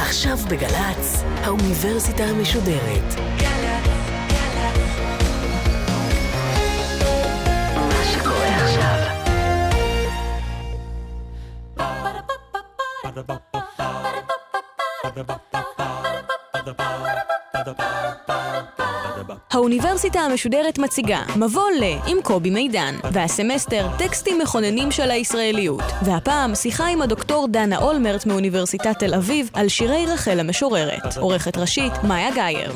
עכשיו בגלץ, האוניברסיטה המשודרת. מה שקורה עכשיו. האוניברסיטה המשודרת מציגה מבוא ל עם קובי מידן, והסמסטר טקסטים מכוננים של הישראליות, והפעם שיחה עם הדוקטור דנה אולמרט מאוניברסיטת תל אביב על שירי רחל המשוררת. עורכת ראשית מאיה גייר.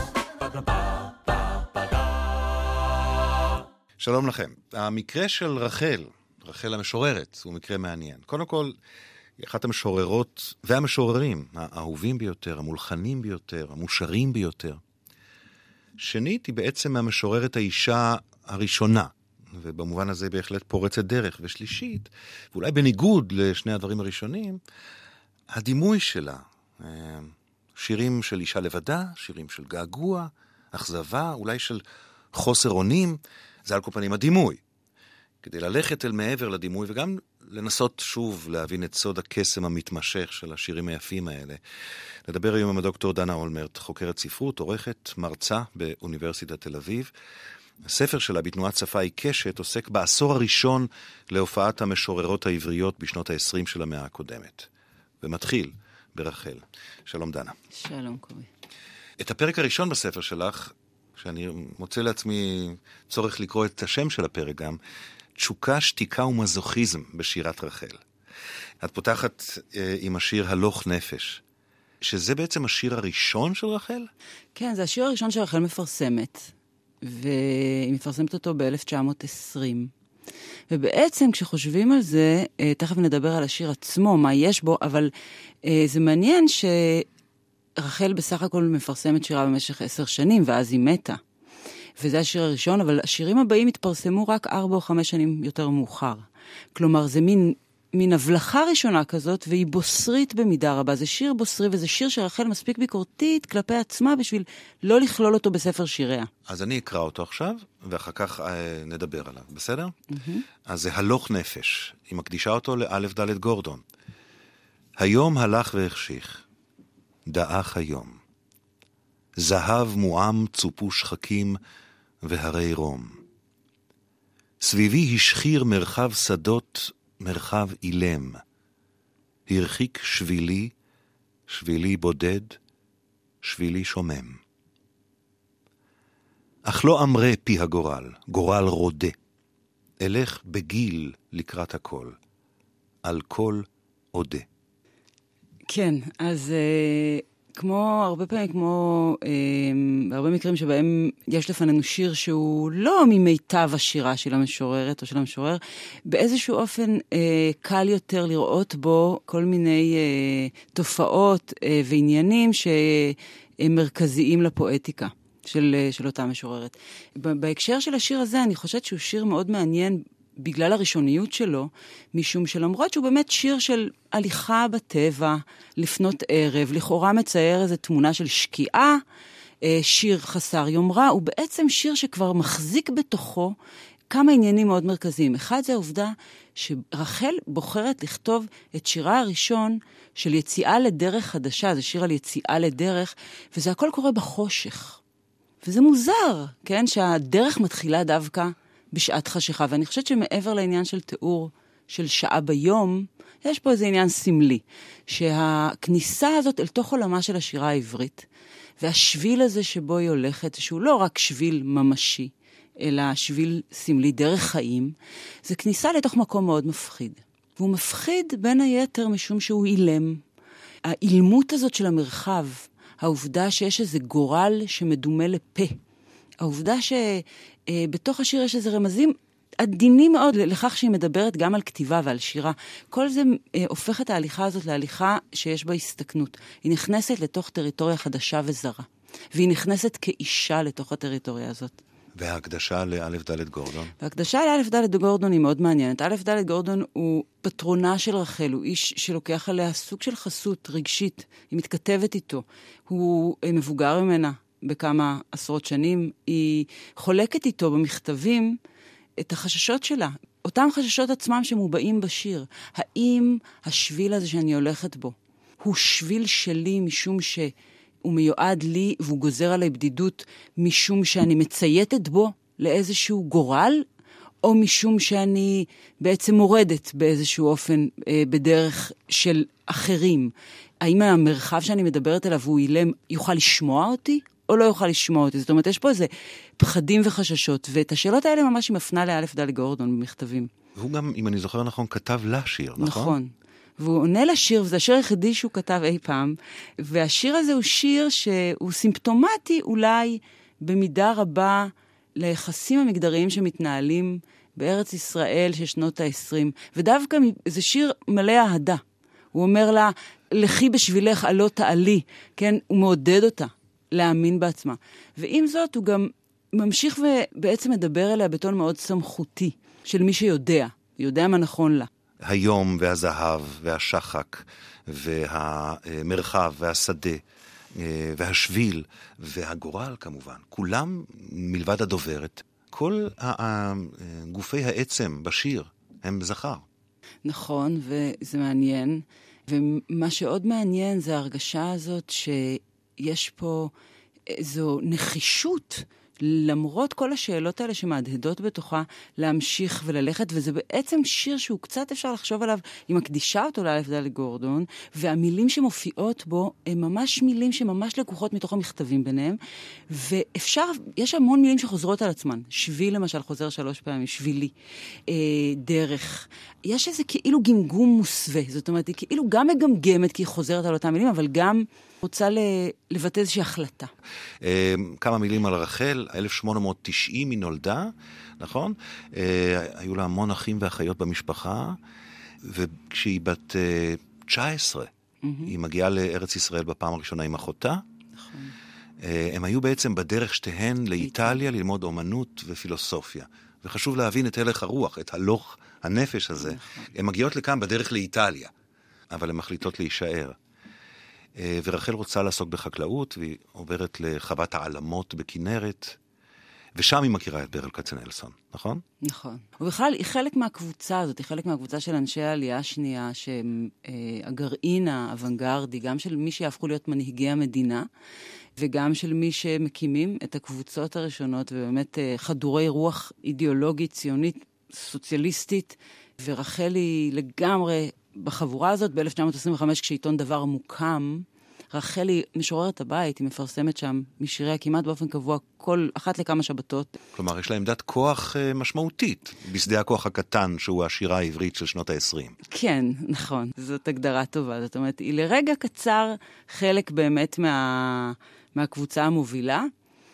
שלום לכם. המקרה של רחל המשוררת, הוא מקרה מעניין. קודם כל, היא אחת המשוררות והמשוררים האהובים ביותר, המולחנים ביותר, המושרים ביותר. שנית, היא בעצם המשוררת האישה הראשונה, ובמובן הזה בהחלט פורצת דרך. ושלישית, ואולי בניגוד לשני הדברים הראשונים, הדימוי שלה, שירים של אישה לבדה, שירים של געגוע, אכזבה, אולי של חוסר אונים, זה על כל פנים הדימוי. כדי ללכת אל מעבר לדימוי, וגם לנסות שוב להבין את סוד הקסם המתמשך של השירים היפים האלה. נדבר היום עם הדוקטור דנה אולמרט, חוקרת ספרות, עורכת, מרצה באוניברסיטת תל אביב. הספר שלה בתנועת שפה עיקשת עוסק בעשור הראשון להופעת המשוררות העבריות בשנות ה-20 של המאה הקודמת. ומתחיל ברחל. שלום דנה. שלום קובי. את הפרק הראשון בספר שלך, שאני מוצא לעצמי צורך לקרוא את השם של הפרק גם, תשוקה, שתיקה ומזוכיזם בשירת רחל. את פותחת עם השיר הלוך נפש, שזה בעצם השיר הראשון של רחל? כן, זה השיר הראשון שרחל מפרסמת, והיא מפרסמת אותו ב-1920. ובעצם כשחושבים על זה, תכף נדבר על השיר עצמו, מה יש בו, אבל זה מעניין שרחל בסך הכל מפרסמת שירה במשך 10 שנים, ואז היא מתה. וזה השיר הראשון, אבל השירים הבאים התפרסמו רק 4 או 5 שנים יותר מאוחר. כלומר, זה מין הבלחה ראשונה כזאת, והיא בוסרית במידה רבה. זה שיר בוסרי, וזה שיר שרחל מספיק ביקורתית כלפי עצמה, בשביל לא לכלול אותו בספר שיריה. אז אני אקרא אותו עכשיו, ואחר כך נדבר עליו, בסדר? אז זה הלוך נפש. היא מקדישה אותו לאלף ד' גורדון. היום הלך והחשיך, דאח היום. זהב מועם צופו שחקים והרי רום. סביבי השחיר מרחב שדות, מרחב אילם. הרחיק שבילי, שבילי בודד, שבילי שומם. אך לא אמרה פי הגורל, גורל רודה. אלך בגיל לקראת הכל, על כל עודה. כן, אז כמו הרבה פעמים, כמו בהרבה מקרים שבהם יש לפנינו שיר שהוא לא ממיטב השירה של המשוררת או של המשורר, באיזשהו אופן קל יותר לראות בו כל מיני תופעות ועניינים שמרכזיים לפואטיקה של אותה משוררת. בהקשר של השיר הזה אני חושבת שהוא שיר מאוד מעניין בגלל הראשוניות שלו, משום שלמרות שהוא באמת שיר של הליכה בטבע, לפנות ערב, לכאורה מצייר איזו תמונה של שקיעה, שיר חסר יומרה, הוא בעצם שיר שכבר מחזיק בתוכו כמה עניינים מאוד מרכזיים. אחד זה העובדה שרחל בוחרת לכתוב את שירה הראשון של יציאה לדרך חדשה, זה שיר על יציאה לדרך, וזה הכל קורה בחושך. וזה מוזר, כן? שהדרך מתחילה דווקא בשעת חשיכה, ואני חושבת שמעבר לעניין של תיאור של שעה ביום, יש פה איזה עניין סמלי, שהכניסה הזאת אל תוך עולמה של השירה העברית, והשביל הזה שבו היא הולכת, שהוא לא רק שביל ממשי, אלא שביל סמלי דרך חיים, זה כניסה לתוך מקום מאוד מפחיד. והוא מפחיד בין היתר משום שהוא אילם. האילמות הזאת של המרחב, העובדה שיש איזה גורל שמדומה לפה, העובדה שבתוך השיר יש איזה רמזים עדינים מאוד לכך שהיא מדברת גם על כתיבה ועל שירה. כל זה הופך את ההליכה הזאת להליכה שיש בה הסתכנות. היא נכנסת לתוך טריטוריה חדשה וזרה. והיא נכנסת כאישה לתוך הטריטוריה הזאת. וההקדשה לאלף ד' גורדון? וההקדשה לאלף ד' גורדון היא מאוד מעניינת. אלף ד' גורדון הוא פטרונה של רחל, הוא איש שלוקח עליה סוג של חסות רגשית. היא מתכתבת איתו. הוא מבוגר ממנה בכמה עשרות שנים. היא חולקת איתו במכתבים את החששות שלה. אותם חששות עצמם שמובעים בשיר. האם השביל הזה שאני הולכת בו, הוא שביל שלי משום שהוא מיועד לי, והוא גוזר עליי בדידות משום שאני מצייתת בו לאיזשהו גורל, או משום שאני בעצם מורדת באיזשהו אופן בדרך של אחרים. האם המרחב שאני מדברת עליו הוא אילם יוכל לשמוע אותי, או לא יוכל לשמוע אותי? זאת אומרת, יש פה איזה פחדים וחששות, ואת השאלות האלה ממש היא מפנה לאלף דלי גורדון במכתבים. והוא גם, אם אני זוכר נכון, כתב לה שיר, נכון? נכון. והוא עונה לשיר, וזה השיר היחידי שהוא כתב אי פעם, והשיר הזה הוא שיר שהוא סימפטומטי אולי במידה רבה ליחסים המגדריים שמתנהלים בארץ ישראל של שנות ה-20, ודווקא זה שיר מלא אהדה. הוא אומר לה, לכי בשבילך עלו תעלי, כן? הוא מעודד אותה להאמין בעצמה. ועם זאת הוא גם ממשיך ובעצם מדבר אליה בטון מאוד סמכותי, של מי שיודע, יודע מה נכון לה. היום והזהב והשחק והמרחב והשדה והשביל והגורל כמובן, כולם מלבד הדוברת, כל גופי העצם בשיר הם זכר. נכון, וזה מעניין. ומה שעוד מעניין זה ההרגשה הזאת שיש פה איזו נחישות, למרות כל השאלות האלה שמהדהדות בתוכה, להמשיך וללכת, וזה בעצם שיר שהוא קצת אפשר לחשוב עליו, היא מקדישה אותו לאלף דלי גורדון, והמילים שמופיעות בו, הן ממש מילים שממש לקוחות מתוך המכתבים ביניהם, ואפשר, יש המון מילים שחוזרות על עצמן. שביל למשל חוזר 3 פעמים, שבילי, דרך. יש איזה כאילו גמגום מוסווה, זאת אומרת, היא כאילו גם מגמגמת, כי היא חוזרת על אותם מילים, אבל גם רוצה לבטא איזושהי החלטה. כמה מילים על רחל, 1890 היא נולדה, נכון? היו לה המון אחים ואחיות במשפחה, וכשהיא בת 19, היא מגיעה לארץ ישראל בפעם הראשונה עם אחותה. נכון. הם היו בעצם בדרך שתיהן לאיטליה ללמוד אומנות ופילוסופיה. וחשוב להבין את הלך הרוח, את הלוך הנפש הזה. נכון. הן מגיעות לכאן בדרך לאיטליה, אבל הן מחליטות להישאר. ורחל רוצה לעסוק בחקלאות, והיא עוברת לחוות העלמות בכנרת, ושם היא מכירה את ברל כצנלסון, נכון? נכון. ובכלל, היא חלק מהקבוצה הזאת, היא חלק מהקבוצה של אנשי העלייה השנייה, שהגרעין האוונגרדי, גם של מי שיהפכו להיות מנהיגי המדינה, וגם של מי שמקימים את הקבוצות הראשונות, ובאמת חדורי רוח אידיאולוגית, ציונית, סוציאליסטית, ורחל היא לגמרי בחבורה הזאת. ב-1925, כשעיתון דבר מוקם, רחל היא משוררת הבית, היא מפרסמת שם משיריה כמעט באופן קבוע, כל אחת לכמה שבתות. כלומר, יש לה עמדת כוח משמעותית, בשדה הכוח הקטן, שהוא השירה העברית של שנות ה-20. כן, נכון. זאת הגדרה טובה. זאת אומרת, היא לרגע קצר חלק באמת מהקבוצה המובילה,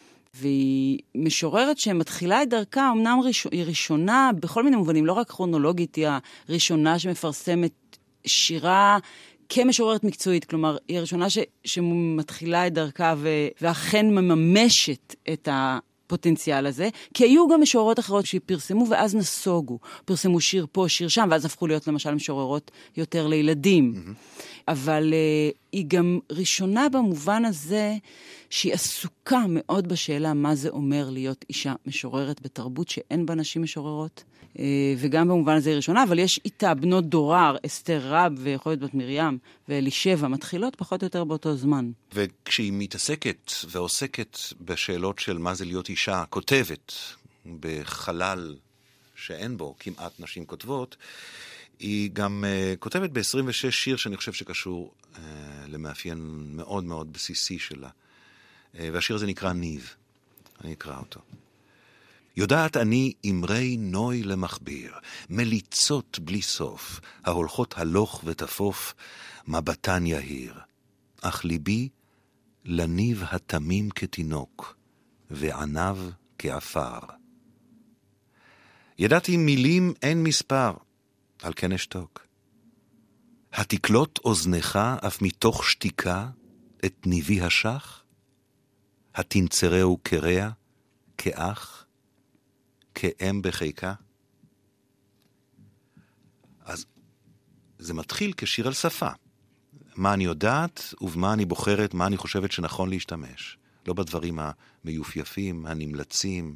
והיא משוררת שמתחילה את דרכה, אמנם היא ראשונה, בכל מיני מובנים, לא רק כרונולוגית, היא הראשונה שמפרסמת שירה כמשוררת מקצועית, כלומר, היא הראשונה שמתחילה את דרכה ואכן מממשת את הפוטנציאל הזה, כי היו גם משוררות אחרות שפרסמו ואז נסוגו, פרסמו שיר פה, שיר שם, ואז הפכו להיות למשל משוררות יותר לילדים. אבל היא גם ראשונה במובן הזה שהיא עסוקה מאוד בשאלה מה זה אומר להיות אישה משוררת בתרבות שאין בה נשים משוררות, וגם במובן הזה היא ראשונה, אבל יש איתה בנות דורר, אסתר רב ויכול להיות בת מרים ואלישבע, מתחילות פחות או יותר באותו זמן. וכשהיא מתעסקת ועוסקת בשאלות של מה זה להיות אישה כותבת בחלל שאין בו כמעט נשים כותבות, היא גם כותבת ב-26 שיר שאני חושב שקשור למאפיין מאוד מאוד בסיסי שלה. והשיר הזה נקרא ניב. אני אקרא אותו. יודעת אני אמרי נוי למכביר, מליצות בלי סוף, ההולכות הלוך ותפוף, מבטן יהיר. אך ליבי לניב התמים כתינוק, ועניו כעפר. ידעתי מילים אין מספר, על כן אשתוק. התקלוט אוזנך אף מתוך שתיקה את ניבי השח? התנצרהו כרע, כאח, כאם בחיקה? אז זה מתחיל כשיר על שפה. מה אני יודעת ובמה אני בוחרת, מה אני חושבת שנכון להשתמש. לא בדברים המיופייפים, הנמלצים.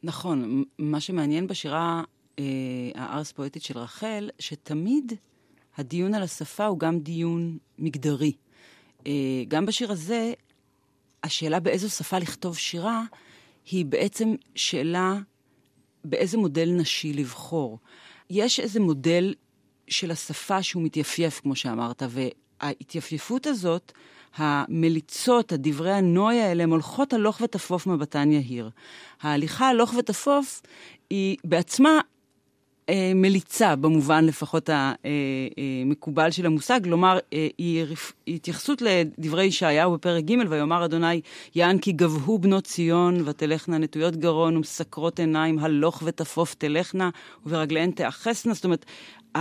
נכון, מה שמעניין בשירה הארס פואטית של רחל, שתמיד הדיון על השפה הוא גם דיון מגדרי. גם בשיר הזה, השאלה באיזו שפה לכתוב שירה, היא בעצם שאלה באיזה מודל נשי לבחור. יש איזה מודל של השפה שהוא מתייפייף, כמו שאמרת, וההתייפייפות הזאת, המליצות, הדברי הנוי האלה, הן הולכות הלוך ותפוף מבטן יהיר. ההליכה הלוך ותפוף היא בעצמה מליצה, במובן לפחות המקובל של המושג, כלומר, היא התייחסות לדברי ישעיהו בפרק ג' ויאמר אדוני, יען כי גבהו בנות ציון, ותלכנה נטויות גרון ומסקרות עיניים, הלוך ותפוף תלכנה, וברגליהן תאחסנה. זאת אומרת,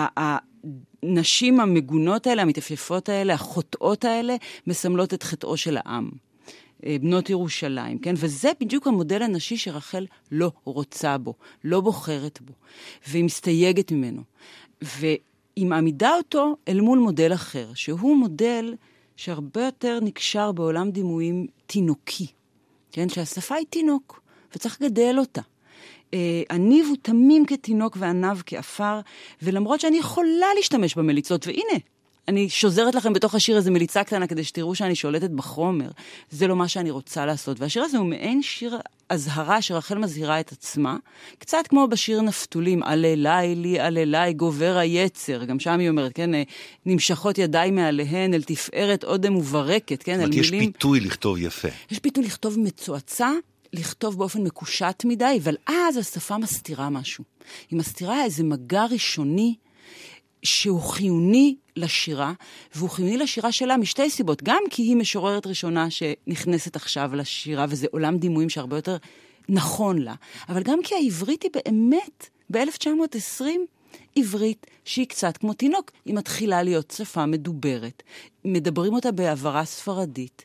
הנשים המגונות האלה, המתייפייפות האלה, החוטאות האלה, מסמלות את חטאו של העם. בנות ירושלים, כן? וזה בדיוק המודל הנשי שרחל לא רוצה בו, לא בוחרת בו, והיא מסתייגת ממנו. והיא מעמידה אותו אל מול מודל אחר, שהוא מודל שהרבה יותר נקשר בעולם דימויים תינוקי, כן? שהשפה היא תינוק, וצריך לגדל אותה. הניב הוא תמים כתינוק ועניו כאפר, ולמרות שאני יכולה להשתמש במליצות, והנה, אני שוזרת לכם בתוך השיר הזה מליצה קטנה כדי שתראו שאני שולטת בחומר. זה לא מה שאני רוצה לעשות. והשיר הזה הוא מעין שיר הזהרה שרחל מזהירה את עצמה, קצת כמו בשיר נפתולים, עלילי לי, עלילי, גובר היצר. גם שם היא אומרת, כן, נמשכות ידיי מעליהן, אל תפארת אודם וברקת, כן, על יש מילים. פיתוי לכתוב יפה. יש פיתוי לכתוב מצועצע, לכתוב באופן מקושט מדי, אבל אז השפה מסתירה משהו. היא מסתירה איזה מגע ראשוני, שהוא חיוני לשירה, והוא חיוני לשירה שלה משתי סיבות, גם כי היא משוררת ראשונה שנכנסת עכשיו לשירה, וזה עולם דימויים שהרבה יותר נכון לה, אבל גם כי העברית היא באמת, ב-1920, עברית שהיא קצת כמו תינוק, היא מתחילה להיות שפה מדוברת, מדברים אותה בעברה ספרדית,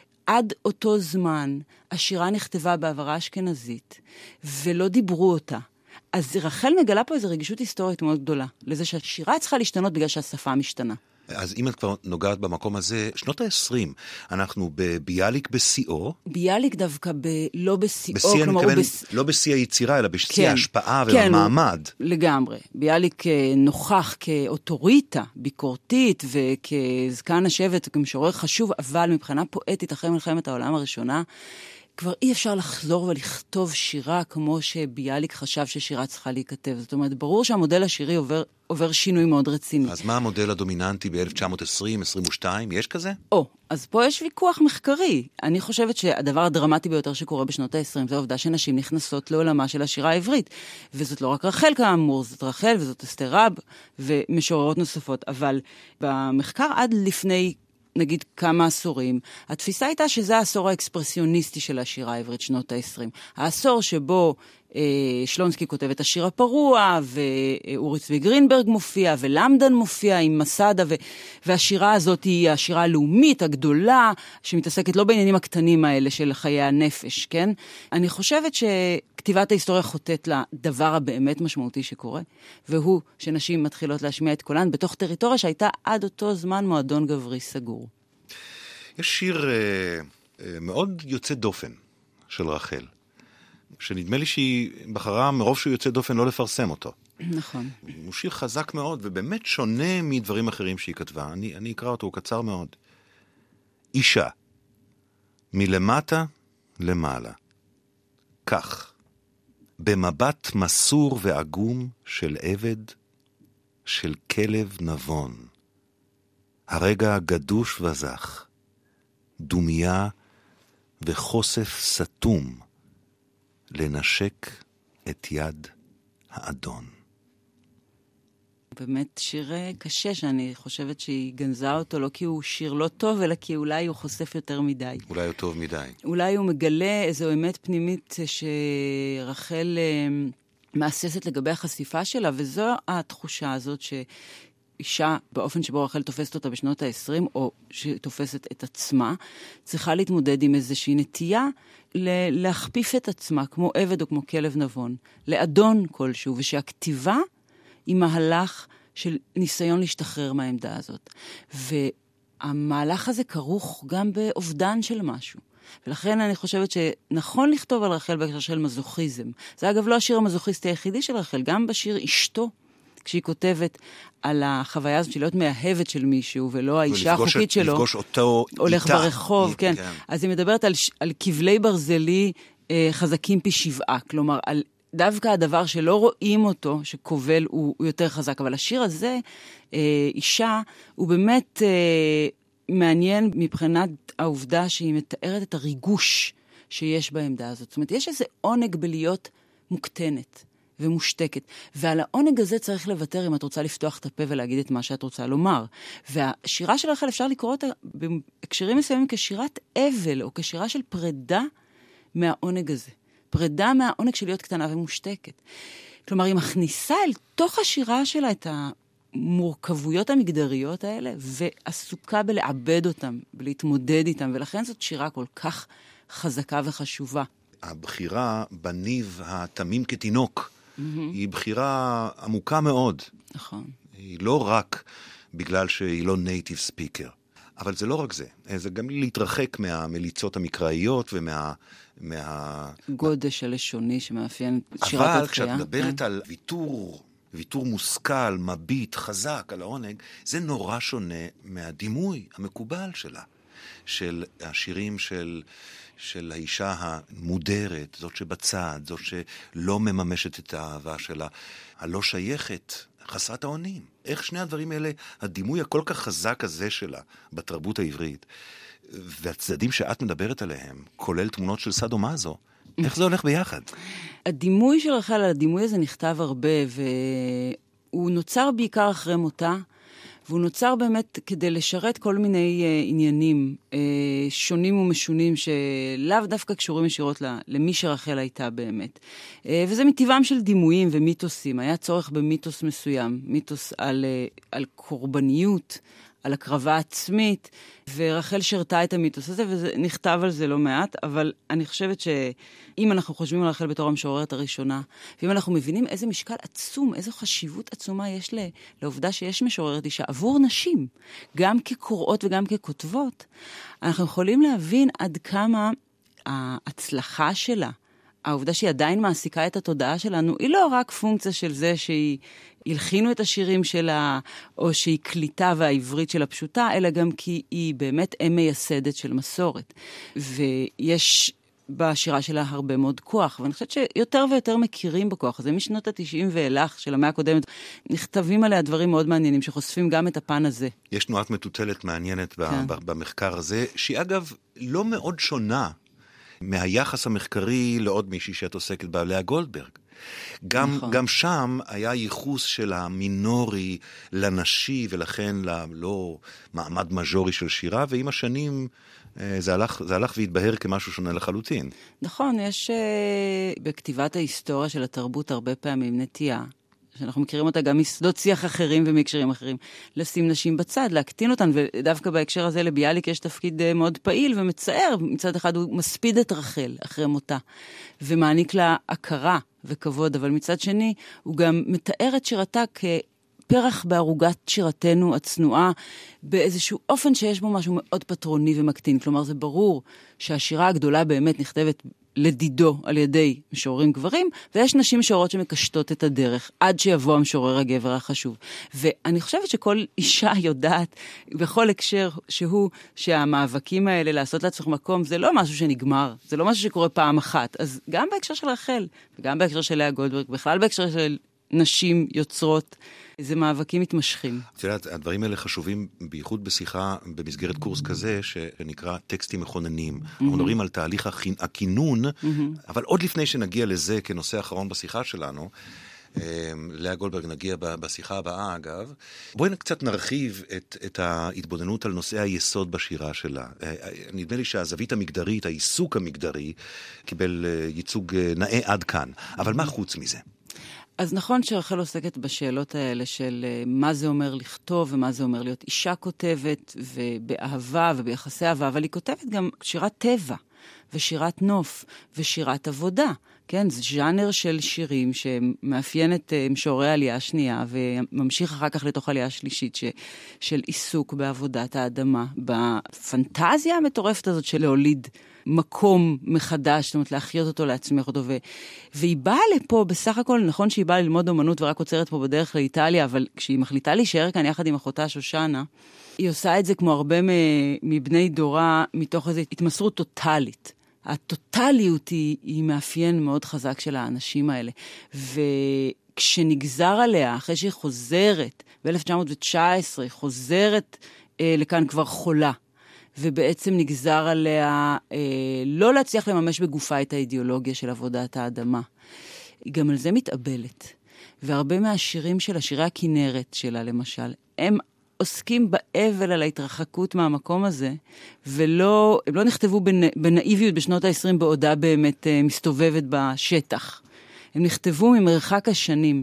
עד אותו זמן השירה נכתבה בעברה אשכנזית, ולא דיברו אותה. אז רחל מגלה פה איזו רגישות היסטורית מאוד גדולה, לזה שהשירה צריכה להשתנות בגלל שהשפה משתנה. אז אם את כבר נוגעת במקום הזה, שנות ה-20, אנחנו בביאליק בשיאו. ביאליק דווקא לא בשיאו, כלומר הוא לא בשיא היצירה, אלא בשיא ההשפעה והמעמד. לגמרי. ביאליק נוכח כאוטוריטה, ביקורתית, וכזקן השבט, כמשורר חשוב, אבל מבחינה פואטית, אחרי מלחמת העולם הראשונה, כבר אי אפשר לחזור ולכתוב שירה כמו שביאליק חשב ששירה צריכה להיכתב. זאת אומרת, ברור שהמודל השירי עובר שינוי מאוד רציני. אז מה המודל הדומיננטי ב-1920, 22? יש כזה? אז פה יש ויכוח מחקרי. אני חושבת שהדבר הדרמטי ביותר שקורה בשנות ה-20 זה העובדה שנשים נכנסות לעולמה של השירה העברית. וזאת לא רק רחל כאמור, זאת רחל וזאת אסתר רב ומשוררות נוספות. אבל במחקר עד לפני נגיד כמה עשורים, התפיסה הייתה שזה העשור האקספרסיוניסטי של השירה העברית, שנות ה-20. העשור שבו שלונסקי כותב את השיר הפרוע, ואורי צבי גרינברג מופיע, ולמדן מופיע עם מסדה, והשירה הזאת היא השירה הלאומית הגדולה, שמתעסקת לא בעניינים הקטנים האלה של חיי הנפש, כן? אני חושבת שכתיבת ההיסטוריה חוטאת לדבר הבאמת משמעותי שקורה, והוא שנשים מתחילות להשמיע את קולן בתוך טריטוריה שהייתה עד אותו זמן מועדון גברי סגור. יש שיר מאוד יוצא דופן של רחל, שנדמה לי שהיא בחרה מרוב שהוא יוצא דופן לא לפרסם אותו. נכון. הוא שיר חזק מאוד, ובאמת שונה מדברים אחרים שהיא כתבה. אני אקרא אותו, הוא קצר מאוד. אישה, מלמטה למעלה. כך, במבט מסור ועגום של עבד, של כלב נבון. הרגע גדוש וזך, דומיה וחושף סתום, לנשק את יד האדון. באמת שיר קשה שאני חושבת שהיא גנזה אותו, לא כי הוא שיר לא טוב, אלא כי אולי הוא חושף יותר מדי. אולי הוא טוב מדי. אולי הוא מגלה איזו אמת פנימית שרחל מאססת לגבי החשיפה שלה, וזו התחושה הזאת אישה, באופן שבו רחל תופסת אותה בשנות ה-20, או שתופסת את עצמה, צריכה להתמודד עם איזושהי נטייה להכפיף את עצמה, כמו עבד או כמו כלב נבון, לאדון כלשהו, ושהכתיבה היא מהלך של ניסיון להשתחרר מהעמדה הזאת. והמהלך הזה כרוך גם באובדן של משהו. ולכן אני חושבת שנכון לכתוב על רחל בהקשר של מזוכיזם. זה אגב לא השיר המזוכיסטי היחידי של רחל, גם בשיר אשתו, כשהיא כותבת על החוויה הזאת של להיות מאהבת של מישהו, ולא האישה החוקית שלו. ולפגוש אותו הולך איתה. ברחוב, כן. אז היא מדברת על כבלי ברזלי חזקים פי 7, כלומר, על דווקא הדבר שלא רואים אותו, שכובל הוא יותר חזק. אבל השיר הזה, אישה, הוא באמת מעניין מבחינת העובדה שהיא מתארת את הריגוש שיש בעמדה הזאת. זאת אומרת, יש איזה עונג בלהיות מוקטנת ומושתקת. ועל העונג הזה צריך לוותר אם את רוצה לפתוח את הפה ולהגיד את מה שאת רוצה לומר. והשירה של רחל אפשר לקרוא אותה בהקשרים מסוימים כשירת אבל, או כשירה של פרידה מהעונג הזה. פרידה מהעונג של להיות קטנה ומושתקת. כלומר, היא מכניסה אל תוך השירה שלה את המורכבויות המגדריות האלה, ועסוקה בלעבד אותם, בלהתמודד איתם, ולכן זאת שירה כל כך חזקה וחשובה. הבחירה בניב התמים כתינוק, היא בחירה עמוקה מאוד. נכון. היא לא רק בגלל שהיא לא נייטיב ספיקר. אבל זה לא רק זה. זה גם להתרחק מהמליצות המקראיות גודש הלשוני שמאפיין שירת התחייה. אבל כשאת מדברת על ויתור מושכל, מביט, חזק על העונג, זה נורא שונה מהדימוי המקובל שלה. של השירים של האישה המודרת, זאת שבצד, זאת שלא מממשת את האהבה שלה, הלא שייכת, חסרת האונים. איך שני הדברים האלה, הדימוי הכל כך חזק הזה שלה בתרבות העברית, והצדדים שאת מדברת עליהם, כולל תמונות של סאדו מאזו, איך זה הולך ביחד? הדימוי של רחל, הדימוי הזה נכתב הרבה, והוא נוצר בעיקר אחרי מותה, והוא נוצר באמת כדי לשרת כל מיני עניינים שונים ומשונים שלאו דווקא קשורים ישירות למי שרחל הייתה באמת. וזה מטבעם של דימויים ומיתוסים. היה צורך במיתוס מסוים, מיתוס על קורבניות, על הקרבה עצמית, ורחל שרתה את המיתוס הזה, ונכתב על זה לא מעט, אבל אני חושבת שאם אנחנו חושבים על רחל בתור המשוררת הראשונה, ואם אנחנו מבינים איזה משקל עצום, איזו חשיבות עצומה יש לעובדה שיש משוררת אישה עבור נשים, גם כקוראות וגם ככותבות, אנחנו יכולים להבין עד כמה ההצלחה שלה, העובדה שהיא עדיין מעסיקה את התודעה שלנו, היא לא רק פונקציה של זה שהיא הלחינו את השירים שלה, או שהיא קליטה והעברית שלה פשוטה, אלא גם כי היא באמת מייסדת של מסורת. ויש בשירה שלה הרבה מאוד כוח, ואני חושבת שיותר ויותר מכירים בכוח הזה, משנות ה-90 ואילך של המאה הקודמת, נכתבים עליה דברים מאוד מעניינים, שחושפים גם את הפן הזה. יש תנועת מטוטלת מעניינת במחקר הזה, שהיא אגב לא מאוד שונה, מהיחס המחקרי לעוד מישהי שאת עוסקת בה, לאה גולדברג. גם שם היה ייחוס של המינורי לנשי, ולכן לא מעמד מז'ורי של שירה, ועם השנים זה הלך והתבהר כמשהו שונה לחלוטין. נכון, יש בכתיבת ההיסטוריה של התרבות הרבה פעמים נטייה, שאנחנו מכירים אותה גם משדות שיח אחרים ומקשרים אחרים, לשים נשים בצד, להקטין אותן, ודווקא בהקשר הזה לביאליק יש תפקיד מאוד פעיל ומצער. מצד אחד הוא מספיד את רחל אחרי מותה, ומעניק לה הכרה וכבוד, אבל מצד שני הוא גם מתאר את שירתה כפרח בערוגת שירתנו הצנועה, באיזשהו אופן שיש בו משהו מאוד פטרוני ומקטין. כלומר, זה ברור שהשירה הגדולה באמת נכתבת לדידו על ידי משוררים גברים, ויש נשים משוררות שמקשטות את הדרך, עד שיבוא המשורר הגבר החשוב. ואני חושבת שכל אישה יודעת, בכל הקשר שהמאבקים האלה לעשות לעצמך מקום, זה לא משהו שנגמר, זה לא משהו שקורה פעם אחת. אז גם בהקשר של רחל, וגם בהקשר של לאה גולדברג, בכלל בהקשר של נשים יוצרות, זה מאבקים מתמשכים. את יודעת, הדברים האלה חשובים בייחוד בשיחה במסגרת קורס כזה שנקרא טקסטים מכוננים. אנחנו מדברים על תהליך הכינון, אבל עוד לפני שנגיע לזה כנושא אחרון בשיחה שלנו, לאה גולדברג נגיע בשיחה הבאה אגב, בואי קצת נרחיב את ההתבוננות על נושאי היסוד בשירה שלה. נדמה לי שהזווית המגדרית, העיסוק המגדרי, קיבל ייצוג נאה עד כאן. אבל מה חוץ מזה? אז נכון שרחל עוסקת בשאלות האלה של מה זה אומר לכתוב ומה זה אומר להיות אישה כותבת ובאהבה וביחסי אהבה, אבל היא כותבת גם שירת טבע ושירת נוף ושירת עבודה. כן, זה ז'אנר של שירים שמאפיין את משוררי העלייה השנייה, וממשיך אחר כך לתוך העלייה השלישית, של עיסוק בעבודת האדמה, בפנטזיה המטורפת הזאת של להוליד מקום מחדש, זאת אומרת, להחיות אותו, להצמיח אותו, והיא באה לפה, בסך הכל, נכון שהיא באה ללמוד אומנות ורק עוצרת פה בדרך לאיטליה, אבל כשהיא מחליטה להישאר כאן יחד עם אחותה שושנה, היא עושה את זה כמו הרבה מבני דורה, מתוך איזו התמסרות טוטלית. הטוטליות היא מאפיין מאוד חזק של האנשים האלה. וכשנגזר עליה, אחרי שהיא חוזרת, ב-1919, היא חוזרת לכאן כבר חולה, ובעצם נגזר עליה לא להצליח לממש בגופה את האידיאולוגיה של עבודת האדמה. היא גם על זה מתאבלת. והרבה מהשירים שלה, שירי הכינרת שלה למשל, הם עוסקים באבל על ההתרחקות מהמקום הזה, הם לא נכתבו בנאיביות בשנות ה-20 בעודה באמת מסתובבת בשטח. הם נכתבו ממרחק השנים.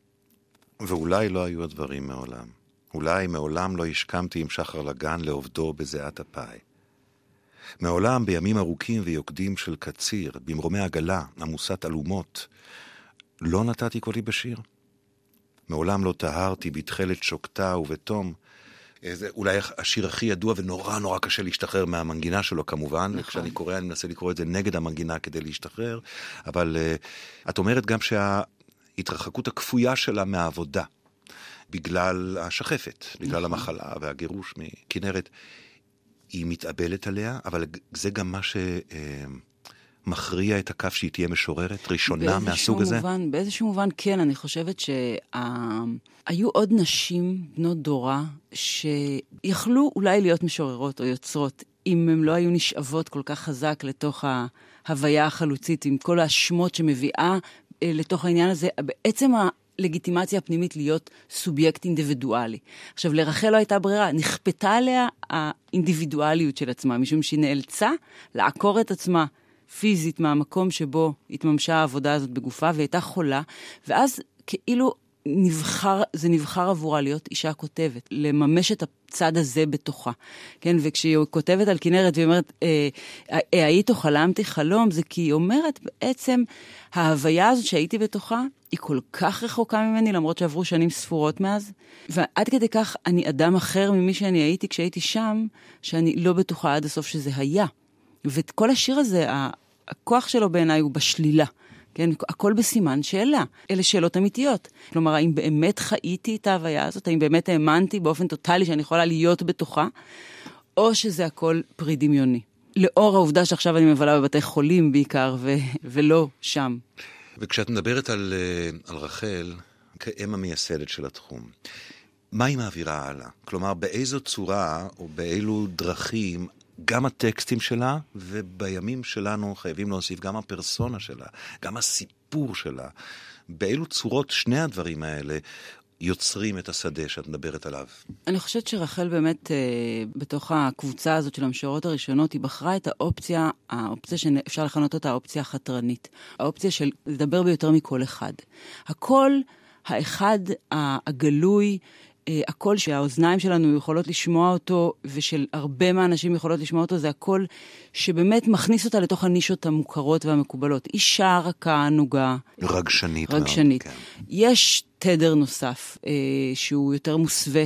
ואולי לא היו הדברים מעולם. אולי מעולם לא השכמתי עם שחר לגן לעובדו בזיעת אפי. מעולם בימים ארוכים ויוקדים של קציר, במרומי עגלה, עמוסת אלומות, לא נתתי קולי בשיר. מעולם לא טהרתי בתחילת שוקתה ובתום, אולי השיר הכי ידוע ונורא נורא קשה להשתחרר מהמנגינה שלו כמובן, נכון. כשאני קורא, אני מנסה לקרוא את זה נגד המנגינה כדי להשתחרר, אבל את אומרת גם שההתרחקות הכפויה שלה מהעבודה, בגלל השחפת, בגלל נכון. המחלה והגירוש מכנרת, היא מתאבלת עליה, אבל זה גם מה מכריע את הכף שהיא תהיה משוררת ראשונה מהסוג הזה? באיזשהו מובן כן, אני חושבת שהיו עוד נשים בנות דורה שיכלו אולי להיות משוררות או יוצרות, אם הם לא היו נשאבות כל כך חזק לתוך ההוויה החלוצית, עם כל השמות שמביאה לתוך העניין הזה, בעצם הלגיטימציה הפנימית להיות סובייקט אינדיבידואלי. עכשיו, לרחל לא הייתה ברירה, נכפתה עליה האינדיבידואליות של עצמה, משום שהיא נאלצה לעקור את עצמה פיזית מהמקום שבו התממשה העבודה הזאת בגופה, והיא הייתה חולה, ואז כאילו זה נבחר עבורה להיות אישה כותבת, לממש את הצד הזה בתוכה. כן, וכשהיא כותבת על כנרת, והיא אומרת, היית או חלמתי חלום, זה כי היא אומרת בעצם, ההוויה הזאת שהייתי בתוכה, היא כל כך רחוקה ממני, למרות שעברו שנים ספורות מאז, ועד כדי כך אני אדם אחר ממי שאני הייתי כשהייתי שם, שאני לא בטוחה עד הסוף שזה היה. וכל השיר הזה, הכוח שלו בעיניי הוא בשלילה. כן? הכל בסימן שאלה. אלה שאלות אמיתיות. כלומר, האם באמת חייתי את ההוויה הזאת? האם באמת האמנתי באופן טוטלי שאני יכולה להיות בתוכה? או שזה הכל פרי דמיוני. לאור העובדה שעכשיו אני מבלה בבתי חולים בעיקר, ולא שם. וכשאת מדברת על רחל, כאם המייסדת של התחום, מה היא מעבירה הלאה? כלומר, באיזו צורה או באילו דרכים גם הטקסטים שלה, ובימים שלנו חייבים להוסיף גם הפרסונה שלה, גם הסיפור שלה. באילו צורות שני הדברים האלה יוצרים את השדה שאת מדברת עליו? אני חושבת שרחל באמת, בתוך הקבוצה הזאת של המשוררות הראשונות, היא בחרה את האופציה שאפשר לכנות אותה האופציה החתרנית. האופציה של לדבר ביותר מכל אחד. הקול האחד הגלוי, הקול שהאוזניים שלנו יכולות לשמוע אותו, ושל הרבה מהאנשים יכולות לשמוע אותו, זה הקול שבאמת מכניס אותה לתוך הנישות המוכרות והמקובלות. אישה רכה, נוגה. רגשנית. מאוד, כן. יש תדר נוסף, שהוא יותר מוסווה,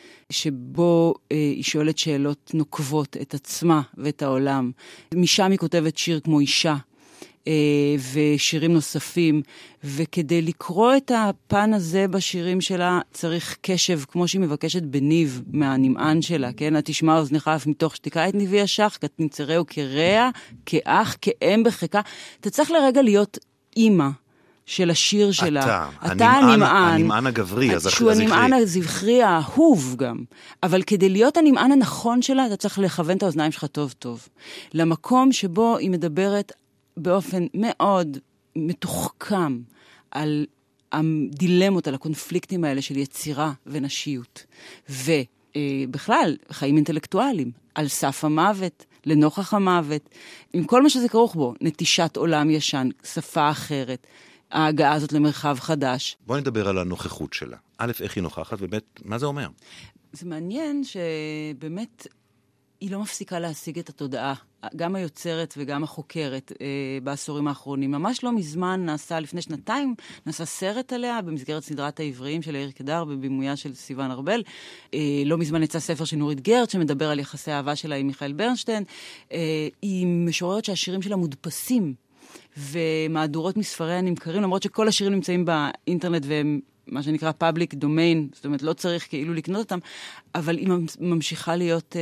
שבו היא שואלת שאלות נוקבות את עצמה ואת העולם. משם היא כותבת שיר כמו אישה, ושירים נוספים, וכדי לקרוא את הפן הזה בשירים שלה צריך קשב, כמו שהיא מבקשת בניב מהנמען שלה, כן? תשמע אוזנך אף מתוך שתיקה את ניבי השח, כתנצרהו כרע, כאח, כאם בחיקה. אתה צריך לרגע להיות אימא של השיר שלה. אתה הנמען הגברי. שהוא הנמען הזכרי האהוב גם. אבל כדי להיות הנמען הנכון שלה, אתה צריך לכוון את האוזניים שלך טוב טוב. למקום שבו היא מדברת באופן מאוד מתוחכם על הדילמות, על הקונפליקטים האלה של יצירה ונשיות. ובכלל, חיים אינטלקטואליים, על סף המוות, לנוכח המוות, עם כל מה שזה כרוך בו, נטישת עולם ישן, שפה אחרת, ההגעה הזאת למרחב חדש. בואי נדבר על הנוכחות שלה. א', איך היא נוכחת, וב', מה זה אומר? זה מעניין שבאמת היא לא מפסיקה להשיג את התודעה, גם היוצרת וגם החוקרת בעשורים האחרונים. ממש לא מזמן לפני 2 נעשה סרט עליה במסגרת סדרת העבריים של יאיר קדר בבימויה של סיוון ארבל. לא מזמן יצא ספר של נורית גרט שמדבר על יחסי האהבה שלה עם מיכאל ברנשטיין. היא משוררת שהשירים שלה מודפסים ומהדורות מספריה נמכרים, למרות שכל השירים נמצאים באינטרנט והם מה שנקרא public domain, זאת אומרת, לא צריך כאילו לקנות אותם, אבל היא ממשיכה להיות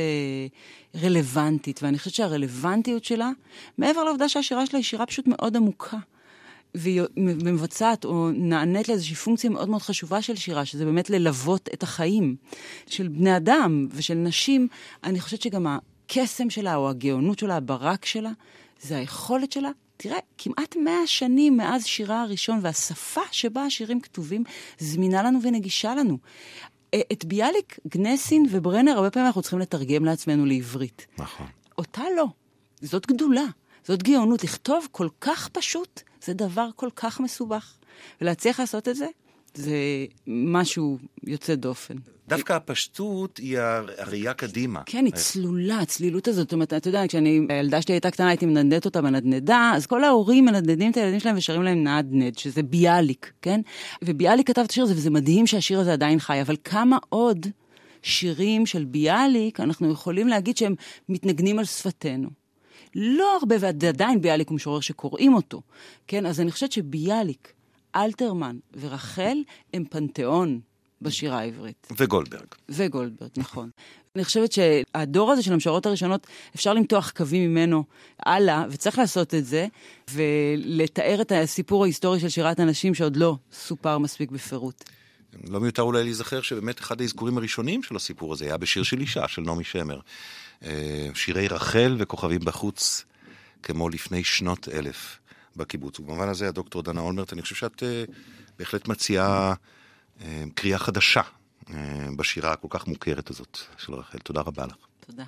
רלוונטית, ואני חושבת שהרלוונטיות שלה, מעבר לעובדה שהשירה שלה היא שירה פשוט מאוד עמוקה, והיא מבצעת או נענית לאיזושהי פונקציה מאוד מאוד חשובה של שירה, שזה באמת ללוות את החיים של בני אדם ושל נשים. אני חושבת שגם הקסם שלה או הגאונות שלה, הברק שלה, זה היכולת שלה. תראה, כמעט 100 שנים מאז שירה הראשון, והשפה שבה השירים כתובים זמינה לנו ונגישה לנו. את ביאליק, גנסין וברנר, הרבה פעמים אנחנו צריכים לתרגם לעצמנו לעברית. נכון. אותה לא. זאת גדולה. זאת גאונות. לכתוב כל כך פשוט, זה דבר כל כך מסובך. ולהצליח לעשות את זה, זה משהו יוצא דופן. דווקא הפשטות היא הראייה קדימה. כן, היא צלולה, הצלילות הזאת. זאת אומרת, אתה יודע, הילדה שלי הייתה קטנה, הייתי מנדדת אותה בנדנדה, אז כל ההורים מנדדים את הילדים שלהם ושרים להם נדנד, שזה ביאליק, כן? וביאליק כתב את השיר הזה, וזה מדהים שהשיר הזה עדיין חי, אבל כמה עוד שירים של ביאליק אנחנו יכולים להגיד שהם מתנגנים על שפתנו. לא הרבה, ועדיין ביאליק הוא משורר שקוראים אותו, כן? אז אני חושבת שביאליק, אלתרמן ורחל הם פנתיאון בשירה העברית. וגולדברג, נכון. אני חושבת שהדור הזה של המשוררות הראשונות, אפשר למתוח קווים ממנו הלאה, וצריך לעשות את זה, ולתאר את הסיפור ההיסטורי של שירת הנשים שעוד לא סופר מספיק בפירוט. לא מיותר אולי להיזכר שבאמת אחד האזכורים הראשונים של הסיפור הזה היה בשיר של אישה, של נעמי שמר. שירי רחל וכוכבים בחוץ, כמו לפני שנות 1000 בקיבוץ. ובמובן הזה, הדוקטור דנה אולמרט, אני חושב שאת בהחלט מציעה קריאה חדשה בשירה הכל כך מוכרת הזאת של רחל. תודה רבה לך. תודה.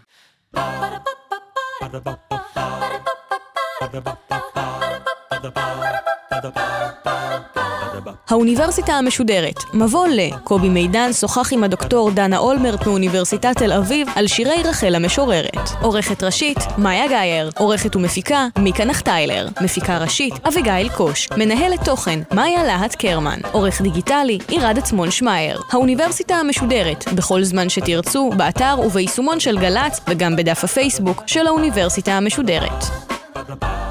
האוניברסיטה המשודרת, מבוא לקובי מידן שוחח עם הדוקטור דנה אולמרט מאוניברסיטת תל אביב על שירי רחל המשוררת. עורכת ראשית, מאיה גייר. עורכת ומפיקה, מיקה נחטיילר. מפיקה ראשית, אביגיל קוש. מנהלת תוכן, מאיה להט קרמן. עורך דיגיטלי, עירד עצמון שמייר. האוניברסיטה המשודרת, בכל זמן שתרצו, באתר וביישומון של גל"צ וגם בדף הפייסבוק של האוניברסיטה המשודרת.